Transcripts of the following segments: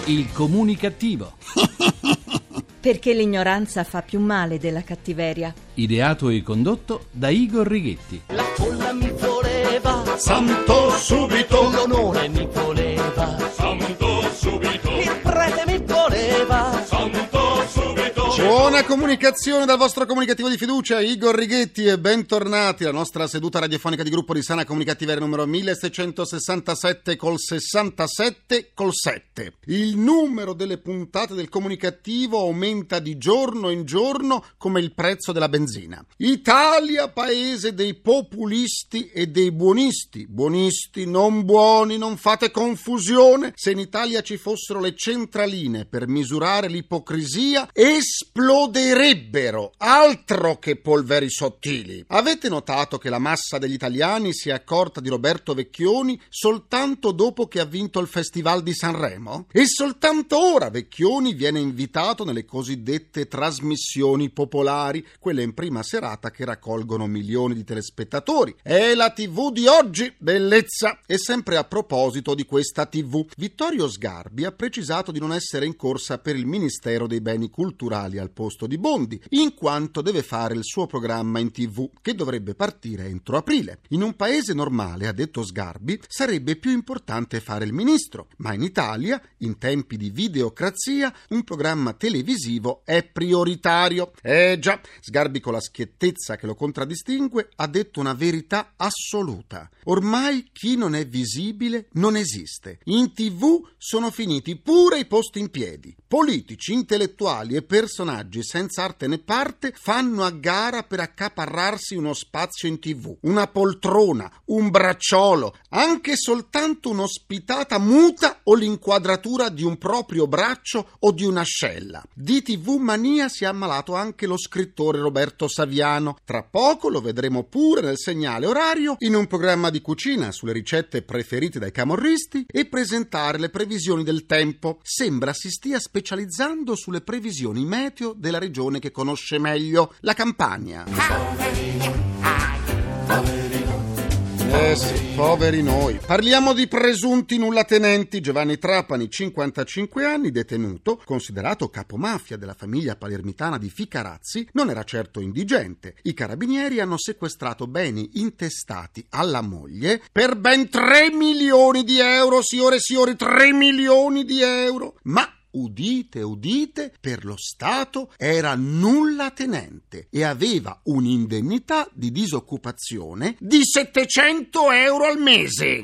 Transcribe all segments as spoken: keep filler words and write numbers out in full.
Il comunicativo. Perché l'ignoranza fa più male della cattiveria. Ideato e condotto da Igor Righetti. La folla mi voleva santo subito, l'onore mi voleva santo subito, il prete mi voleva santo subito. Buona comunicazione dal vostro comunicativo di fiducia, Igor Righetti, e bentornati alla nostra seduta radiofonica di gruppo di Sana Comunicativeria numero milleseicentosessantasette col sessantasette col sette. Il numero delle puntate del comunicativo aumenta di giorno in giorno come il prezzo della benzina. Italia, paese dei populisti e dei buonisti. Buonisti, non buoni, non fate confusione. Se in Italia ci fossero le centraline per misurare l'ipocrisia, esploderebbero, altro che polveri sottili. Avete notato che la massa degli italiani si è accorta di Roberto Vecchioni soltanto dopo che ha vinto il Festival di Sanremo? E soltanto ora Vecchioni viene invitato nelle cosiddette trasmissioni popolari, quelle in prima serata che raccolgono milioni di telespettatori. È la tivù di oggi, bellezza! E sempre a proposito di questa tivù, Vittorio Sgarbi ha precisato di non essere in corsa per il Ministero dei Beni Culturali al posto di Bondi, in quanto deve fare il suo programma in tivù, che dovrebbe partire entro aprile. In un paese normale, ha detto Sgarbi, sarebbe più importante fare il ministro, ma in Italia, in tempi di videocrazia, un programma televisivo è prioritario. Eh già, Sgarbi, con la schiettezza che lo contraddistingue, ha detto una verità assoluta. Ormai chi non è visibile non esiste. In tivù sono finiti pure i posti in piedi. Politici, intellettuali e personaggi senza arte né parte fanno a gara per accaparrarsi uno spazio in tivù, una poltrona, un bracciolo, anche soltanto un'ospitata muta o l'inquadratura di un proprio braccio o di un'ascella. Di tivù mania si è ammalato anche lo scrittore Roberto Saviano. Tra poco lo vedremo pure nel segnale orario in un programma di cucina sulle ricette preferite dai camorristi e presentare le previsioni del tempo. Sembra si stia specializzando sulle previsioni meteo della regione che conosce meglio, la Campania. Eh sì, poveri noi. Parliamo di presunti nullatenenti. Giovanni Trapani, cinquantacinque anni, detenuto, considerato capomafia della famiglia palermitana di Ficarazzi, non era certo indigente. I carabinieri hanno sequestrato beni intestati alla moglie per ben tre milioni di euro, signore e signori, tre milioni di euro. Ma udite, udite, per lo Stato era nullatenente e aveva un'indennità di disoccupazione di settecento euro al mese.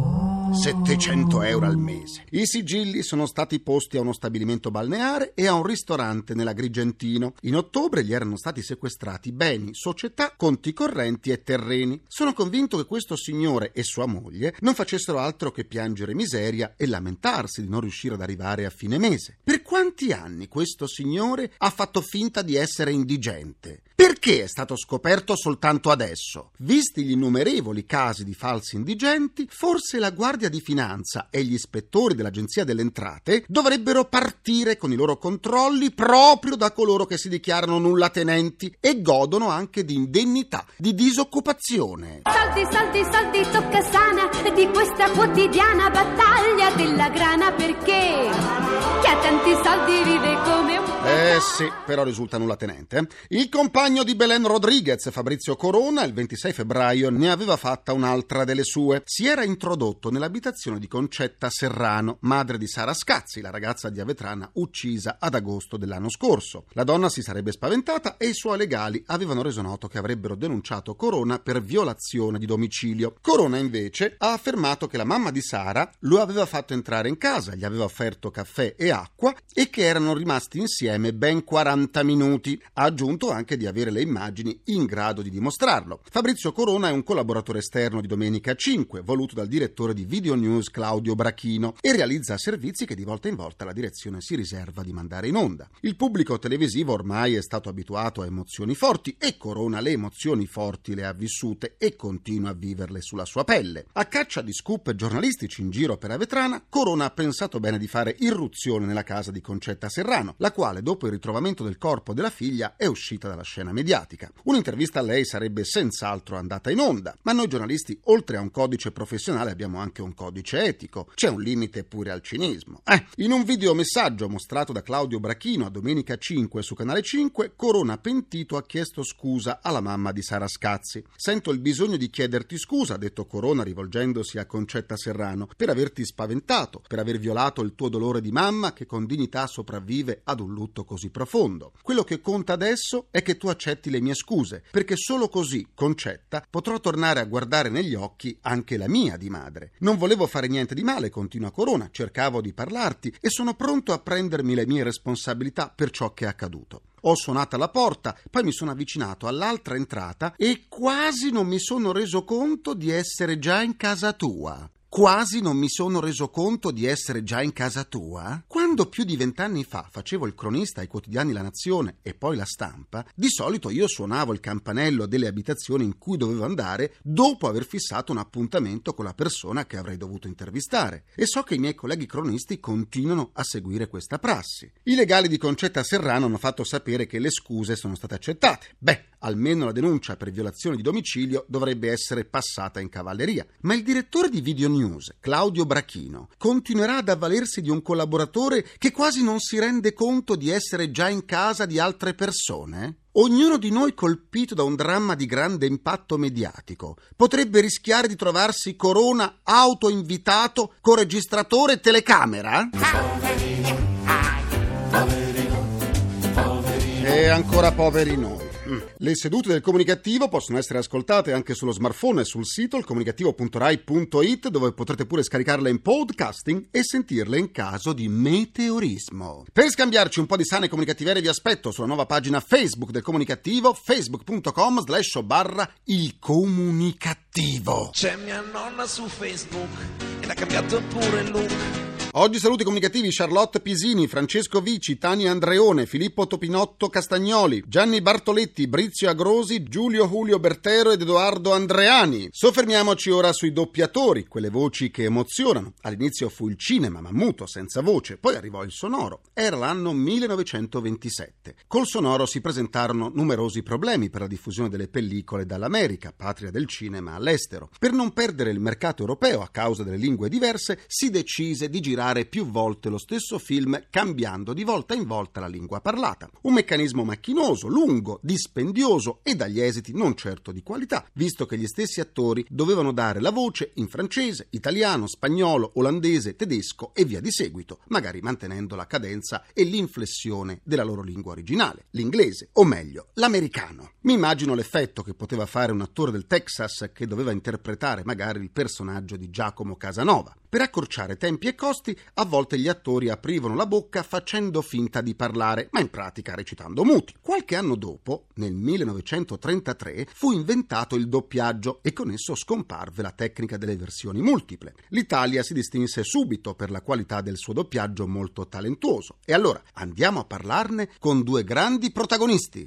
settecento euro al mese. I sigilli sono stati posti a uno stabilimento balneare e a un ristorante nell'Agrigentino. In ottobre gli erano stati sequestrati beni, società, conti correnti e terreni. Sono convinto che questo signore e sua moglie non facessero altro che piangere miseria e lamentarsi di non riuscire ad arrivare a fine mese. Per quanti anni questo signore ha fatto finta di essere indigente? Perché è stato scoperto soltanto adesso? Visti gli innumerevoli casi di falsi indigenti, forse la Guardia di Finanza e gli ispettori dell'Agenzia delle Entrate dovrebbero partire con i loro controlli proprio da coloro che si dichiarano nullatenenti e godono anche di indennità di disoccupazione. Saldi, saldi, saldi, tocca sana di questa quotidiana battaglia della grana, perché chi ha tanti soldi vive come un... Eh sì, però risulta nullatenente. Eh? Il compagno di Belen Rodriguez, Fabrizio Corona, il ventisei febbraio ne aveva fatta un'altra delle sue. Si era introdotto nell'abitazione di Concetta Serrano, madre di Sara Scazzi, la ragazza di Avetrana uccisa ad agosto dell'anno scorso. La donna si sarebbe spaventata e i suoi legali avevano reso noto che avrebbero denunciato Corona per violazione di domicilio. Corona invece ha affermato che la mamma di Sara lo aveva fatto entrare in casa, gli aveva offerto caffè e acqua e che erano rimasti insieme ben quaranta minuti. Ha aggiunto anche di avere le immagini in grado di dimostrarlo. Fabrizio Corona è un collaboratore esterno di Domenica cinque, voluto dal direttore di Video News Claudio Brachino, e realizza servizi che di volta in volta la direzione si riserva di mandare in onda. Il pubblico televisivo ormai è stato abituato a emozioni forti e Corona le emozioni forti le ha vissute e continua a viverle sulla sua pelle. A caccia di scoop giornalistici in giro per Avetrana, Corona ha pensato bene di fare irruzione nella casa di Concetta Serrano, la quale dopo dopo il ritrovamento del corpo della figlia, è uscita dalla scena mediatica. Un'intervista a lei sarebbe senz'altro andata in onda, ma noi giornalisti, oltre a un codice professionale, abbiamo anche un codice etico. C'è un limite pure al cinismo. Eh, in un videomessaggio mostrato da Claudio Brachino a Domenica cinque su Canale cinque, Corona pentito ha chiesto scusa alla mamma di Sara Scazzi. Sento il bisogno di chiederti scusa, ha detto Corona rivolgendosi a Concetta Serrano, per averti spaventato, per aver violato il tuo dolore di mamma che con dignità sopravvive ad un lutto così profondo. Quello che conta adesso è che tu accetti le mie scuse, perché solo così, Concetta, potrò tornare a guardare negli occhi anche la mia di madre. Non volevo fare niente di male, continua Corona, cercavo di parlarti e sono pronto a prendermi le mie responsabilità per ciò che è accaduto. Ho suonato alla porta, poi mi sono avvicinato all'altra entrata e quasi non mi sono reso conto di essere già in casa tua. Quasi non mi sono reso conto di essere già in casa tua? Quando più di vent'anni fa facevo il cronista ai quotidiani La Nazione e poi La Stampa, di solito io suonavo il campanello delle abitazioni in cui dovevo andare dopo aver fissato un appuntamento con la persona che avrei dovuto intervistare. E so che i miei colleghi cronisti continuano a seguire questa prassi. I legali di Concetta Serrano hanno fatto sapere che le scuse sono state accettate. Beh, almeno la denuncia per violazione di domicilio dovrebbe essere passata in cavalleria. Ma il direttore di Video News, Claudio Brachino, continuerà ad avvalersi di un collaboratore che quasi non si rende conto di essere già in casa di altre persone? Ognuno di noi colpito da un dramma di grande impatto mediatico potrebbe rischiare di trovarsi Corona autoinvitato con registratore e telecamera? E ancora poveri noi. Le sedute del Comunicativo possono essere ascoltate anche sullo smartphone e sul sito il comunicativo punto rai punto it, dove potrete pure scaricarle in podcasting e sentirle in caso di meteorismo. Per scambiarci un po' di sane comunicativerie vi aspetto sulla nuova pagina Facebook del Comunicativo, facebook punto com slash barra il comunicativo. C'è mia nonna su Facebook ed ha cambiato pure il look. Oggi saluti comunicativi Charlotte Pisini, Francesco Vici, Tania Andreone, Filippo Topinotto Castagnoli, Gianni Bartoletti, Brizio Agrosi, Giulio Julio Bertero ed Edoardo Andreani. Soffermiamoci ora sui doppiatori, quelle voci che emozionano. All'inizio fu il cinema, ma muto, senza voce, poi arrivò il sonoro. Era l'anno millenovecentoventisette. Col sonoro si presentarono numerosi problemi per la diffusione delle pellicole dall'America, patria del cinema, all'estero. Per non perdere il mercato europeo a causa delle lingue diverse, si decise di girare più volte lo stesso film cambiando di volta in volta la lingua parlata. Un meccanismo macchinoso, lungo, dispendioso e dagli esiti non certo di qualità, visto che gli stessi attori dovevano dare la voce in francese, italiano, spagnolo, olandese, tedesco e via di seguito, magari mantenendo la cadenza e l'inflessione della loro lingua originale, l'inglese, o meglio, l'americano. Mi immagino l'effetto che poteva fare un attore del Texas che doveva interpretare magari il personaggio di Giacomo Casanova. Per accorciare tempi e costi, a volte gli attori aprivano la bocca facendo finta di parlare, ma in pratica recitando muti. Qualche anno dopo, nel millenovecentotrentatré, fu inventato il doppiaggio e con esso scomparve la tecnica delle versioni multiple. L'Italia si distinse subito per la qualità del suo doppiaggio molto talentuoso. E allora andiamo a parlarne con due grandi protagonisti.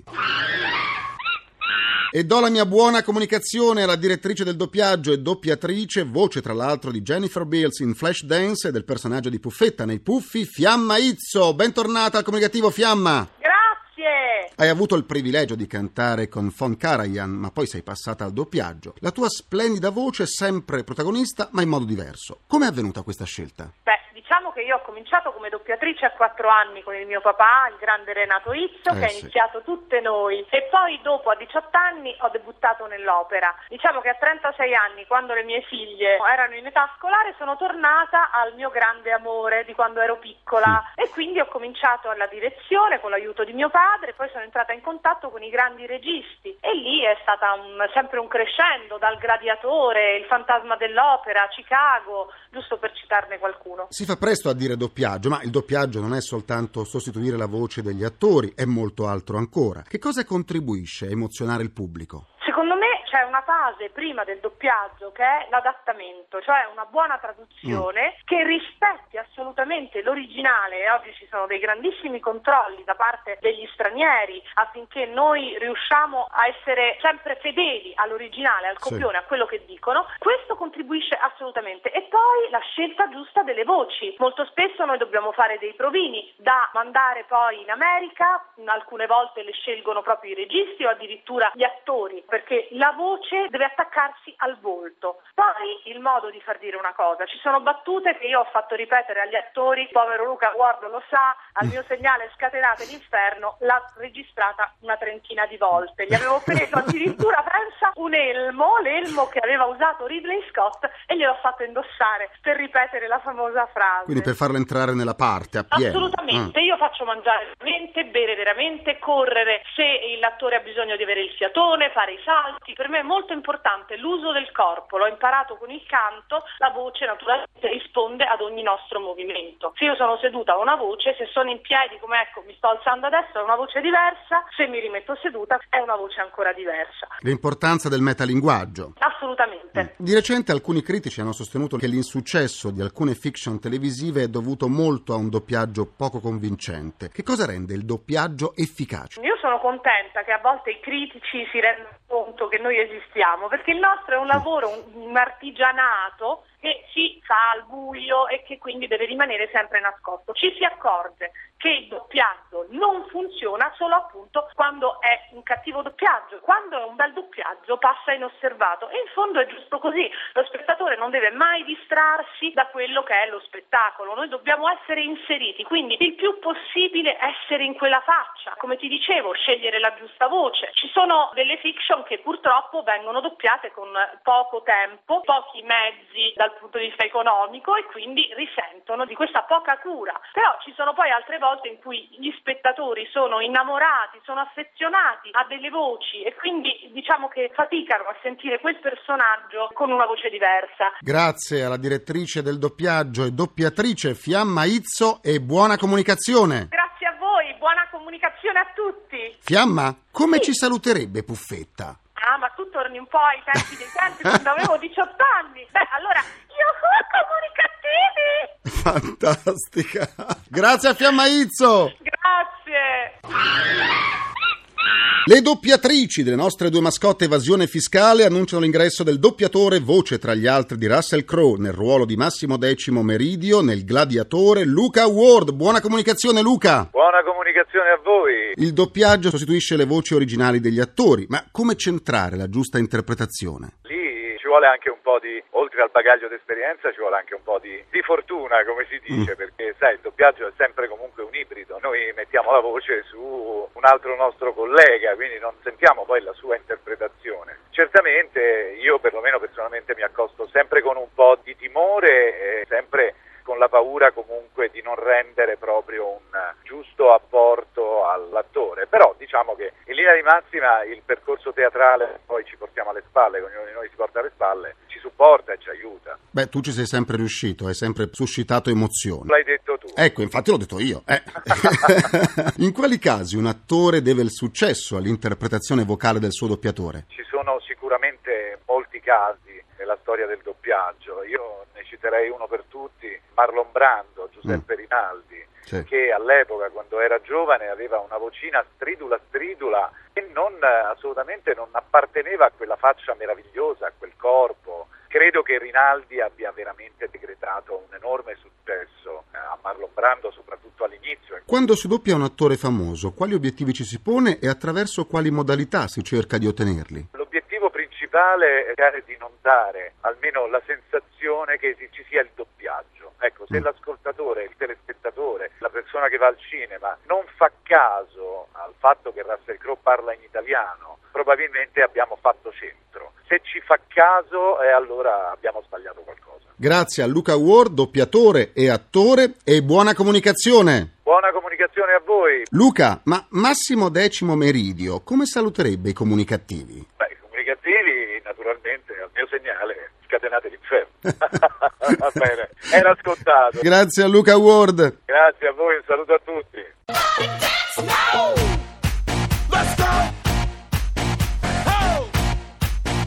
E do la mia buona comunicazione alla direttrice del doppiaggio e doppiatrice, voce tra l'altro di Jennifer Beals in Flashdance e del personaggio di Puffetta nei Puffi, Fiamma Izzo. Bentornata al Comunicativo, Fiamma. Grazie. Hai avuto il privilegio di cantare con Von Karajan, ma poi sei passata al doppiaggio. La tua splendida voce è sempre protagonista, ma in modo diverso. Come è avvenuta questa scelta? Beh, diciamo che io ho cominciato come doppiatrice a quattro anni con il mio papà, il grande Renato Izzo, eh che sì. ha iniziato tutte noi, e poi dopo a diciotto anni ho debuttato nell'opera. Diciamo che a trentasei anni, quando le mie figlie erano in età scolare, sono tornata al mio grande amore di quando ero piccola mm. e quindi ho cominciato alla direzione con l'aiuto di mio padre, poi sono entrata in contatto con i grandi registi e lì è stata un, sempre un crescendo, dal Gladiatore, Il fantasma dell'opera, Chicago, giusto per citarne qualcuno. Si fa presto a dire doppiaggio, ma il doppiaggio non è soltanto sostituire la voce degli attori, è molto altro ancora. Che cosa contribuisce a emozionare il pubblico? Secondo me c'è una fase prima del doppiaggio che è l'adattamento, cioè una buona traduzione mm. che rispetti assolutamente l'originale, e oggi ci sono dei grandissimi controlli da parte degli stranieri affinché noi riusciamo a essere sempre fedeli all'originale, al copione, sì. a quello che dicono. Questo contribuisce assolutamente. E poi la scelta giusta delle voci. Molto spesso noi dobbiamo fare dei provini da mandare poi in America, alcune volte le scelgono proprio i registi o addirittura gli attori, perché la voce deve attaccarsi al volto. Poi il modo di far dire una cosa. Ci sono battute che io ho fatto ripetere agli attori, povero Luca Ward lo sa, al mio segnale scatenate l'inferno l'ha registrata una trentina di volte. Gli avevo preso addirittura, pensa, un elmo, l'elmo che aveva usato Ridley Scott, e gliel'ho fatto indossare per ripetere la famosa frase. Quindi per farlo entrare nella parte a pieno. Assolutamente, ah. io faccio mangiare veramente, bere veramente, correre se l'attore ha bisogno di avere il fiatone, fare i salti. Per me è molto importante l'uso del corpo, l'ho imparato con il canto, la voce naturalmente risponde ad ogni nostro movimento. Se io sono seduta ho una voce, se sono in piedi, come ecco mi sto alzando adesso, è una voce diversa, se mi rimetto seduta è una voce ancora diversa. L'importanza del metalinguaggio. Assolutamente. Di recente alcuni critici hanno sostenuto che l'insuccesso di alcune fiction televisive è dovuto molto a un doppiaggio poco convincente. Che cosa rende il doppiaggio efficace? Io sono contenta che a volte i critici si rendano conto che noi esistiamo, perché il nostro è un lavoro, un, un artigianato che si fa al buio e che quindi deve rimanere sempre nascosto. Ci si accorge che il doppiaggio non funziona solo appunto quando è un cattivo doppiaggio. Quando è un bel doppiaggio passa inosservato, e in fondo è giusto così. Lo spettatore non deve mai distrarsi da quello che è lo spettacolo. Noi dobbiamo essere inseriti, quindi il più possibile essere in quella faccia. Come ti dicevo, scegliere la giusta voce. Ci sono delle fiction che purtroppo vengono doppiate con poco tempo, pochi mezzi dal punto di vista economico, e quindi risentono di questa poca cura. Però ci sono poi altre volte in cui gli spettatori sono innamorati, sono affezionati a delle voci, e quindi diciamo che faticano a sentire quel personaggio con una voce diversa. Grazie alla direttrice del doppiaggio e doppiatrice Fiamma Izzo, e buona comunicazione. Grazie a voi, buona comunicazione a tutti. Fiamma, come sì. ci saluterebbe Puffetta? Ah, ma tu torni un po' ai tempi dei tempi quando avevo diciotto anni. Beh, allora, io comunicativi! Fantastica! Grazie a Fiamma Izzo! Grazie! Le doppiatrici delle nostre due mascotte Evasione Fiscale annunciano l'ingresso del doppiatore, voce tra gli altri di Russell Crowe, nel ruolo di Massimo Decimo Meridio, nel Gladiatore, Luca Ward. Buona comunicazione, Luca! Buona comunicazione a voi! Il doppiaggio sostituisce le voci originali degli attori, ma come centrare la giusta interpretazione? Lì ci vuole anche un po' di, oltre al bagaglio d'esperienza, ci vuole anche un po' di, di fortuna, come si dice, mm. perché sai, il doppiaggio è sempre comunque un ibrido. Noi mettiamo la voce su un altro nostro collega, quindi non sentiamo poi la sua interpretazione. Certamente io perlomeno personalmente mi accosto sempre con un po' di timore e sempre con la paura comunque di non rendere proprio un giusto apporto all'attore, però diciamo che in linea di massima il percorso teatrale poi ci portiamo alle spalle, ognuno di noi si porta alle spalle, ci supporta e ci aiuta. Beh, tu ci sei sempre riuscito, hai sempre suscitato emozioni. L'hai detto tu. Ecco, infatti l'ho detto io. Eh. In quali casi un attore deve il successo all'interpretazione vocale del suo doppiatore? Ci sono sicuramente molti casi nella storia del doppiaggio, io ne citerei uno per tutti, Marlon Brando, Giuseppe mm. Rinaldi, sì. che all'epoca quando era giovane aveva una vocina stridula stridula e non assolutamente non apparteneva a quella faccia meravigliosa, a quel corpo. Credo che Rinaldi abbia veramente decretato un enorme successo a Marlon Brando, soprattutto all'inizio. Quando si doppia un attore famoso, quali obiettivi ci si pone e attraverso quali modalità si cerca di ottenerli? L'obiettivo principale è cercare di non dare almeno la sensazione che ci sia il doppiaggio. Ecco, se mm. l'ascoltatore, il telespettatore, la persona che va al cinema non fa caso al fatto che Russell Crowe parla in italiano, probabilmente abbiamo fatto centro. Se ci fa caso, eh, allora abbiamo sbagliato qualcosa. Grazie a Luca Ward, doppiatore e attore, e buona comunicazione. Buona comunicazione a voi. Luca, ma Massimo Decimo Meridio come saluterebbe i comunicativi? Beh, i comunicativi naturalmente al mio segnale scatenate l'inferno. Va bene, era scontato. Grazie a Luca Ward. Grazie a voi, un saluto a tutti. Let's go!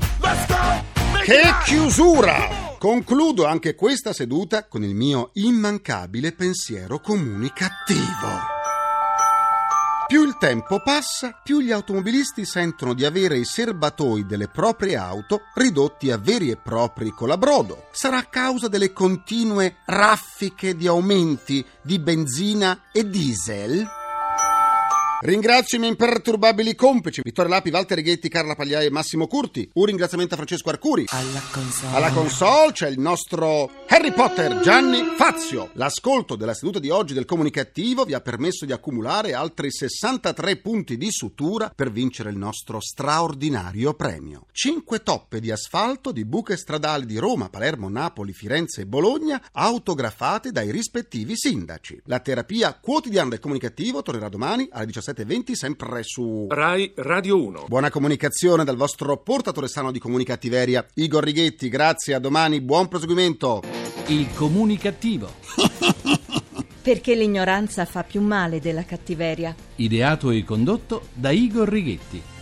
Che chiusura! Concludo anche questa seduta con il mio immancabile pensiero comunicativo. Più il tempo passa, più gli automobilisti sentono di avere i serbatoi delle proprie auto ridotti a veri e propri colabrodo. Sarà a causa delle continue raffiche di aumenti di benzina e diesel? Ringrazio i miei imperturbabili complici Vittorio Lapi, Walter Righetti, Carla Pagliai e Massimo Curti. Un ringraziamento a Francesco Arcuri. Alla console. Alla console c'è il nostro Harry Potter Gianni Fazio. L'ascolto della seduta di oggi del Comunicativo vi ha permesso di accumulare altri sessantatré punti di sutura per vincere il nostro straordinario premio. Cinque toppe di asfalto di buche stradali di Roma, Palermo, Napoli, Firenze e Bologna, autografate dai rispettivi sindaci. La terapia quotidiana del Comunicativo tornerà domani alle diciassette e venti, sempre su Rai Radio uno. Buona comunicazione dal vostro portatore sano di comunicattiveria, Igor Righetti. Grazie, a domani, buon proseguimento. Il Comunicativo. Perché l'ignoranza fa più male della cattiveria. Ideato e condotto da Igor Righetti.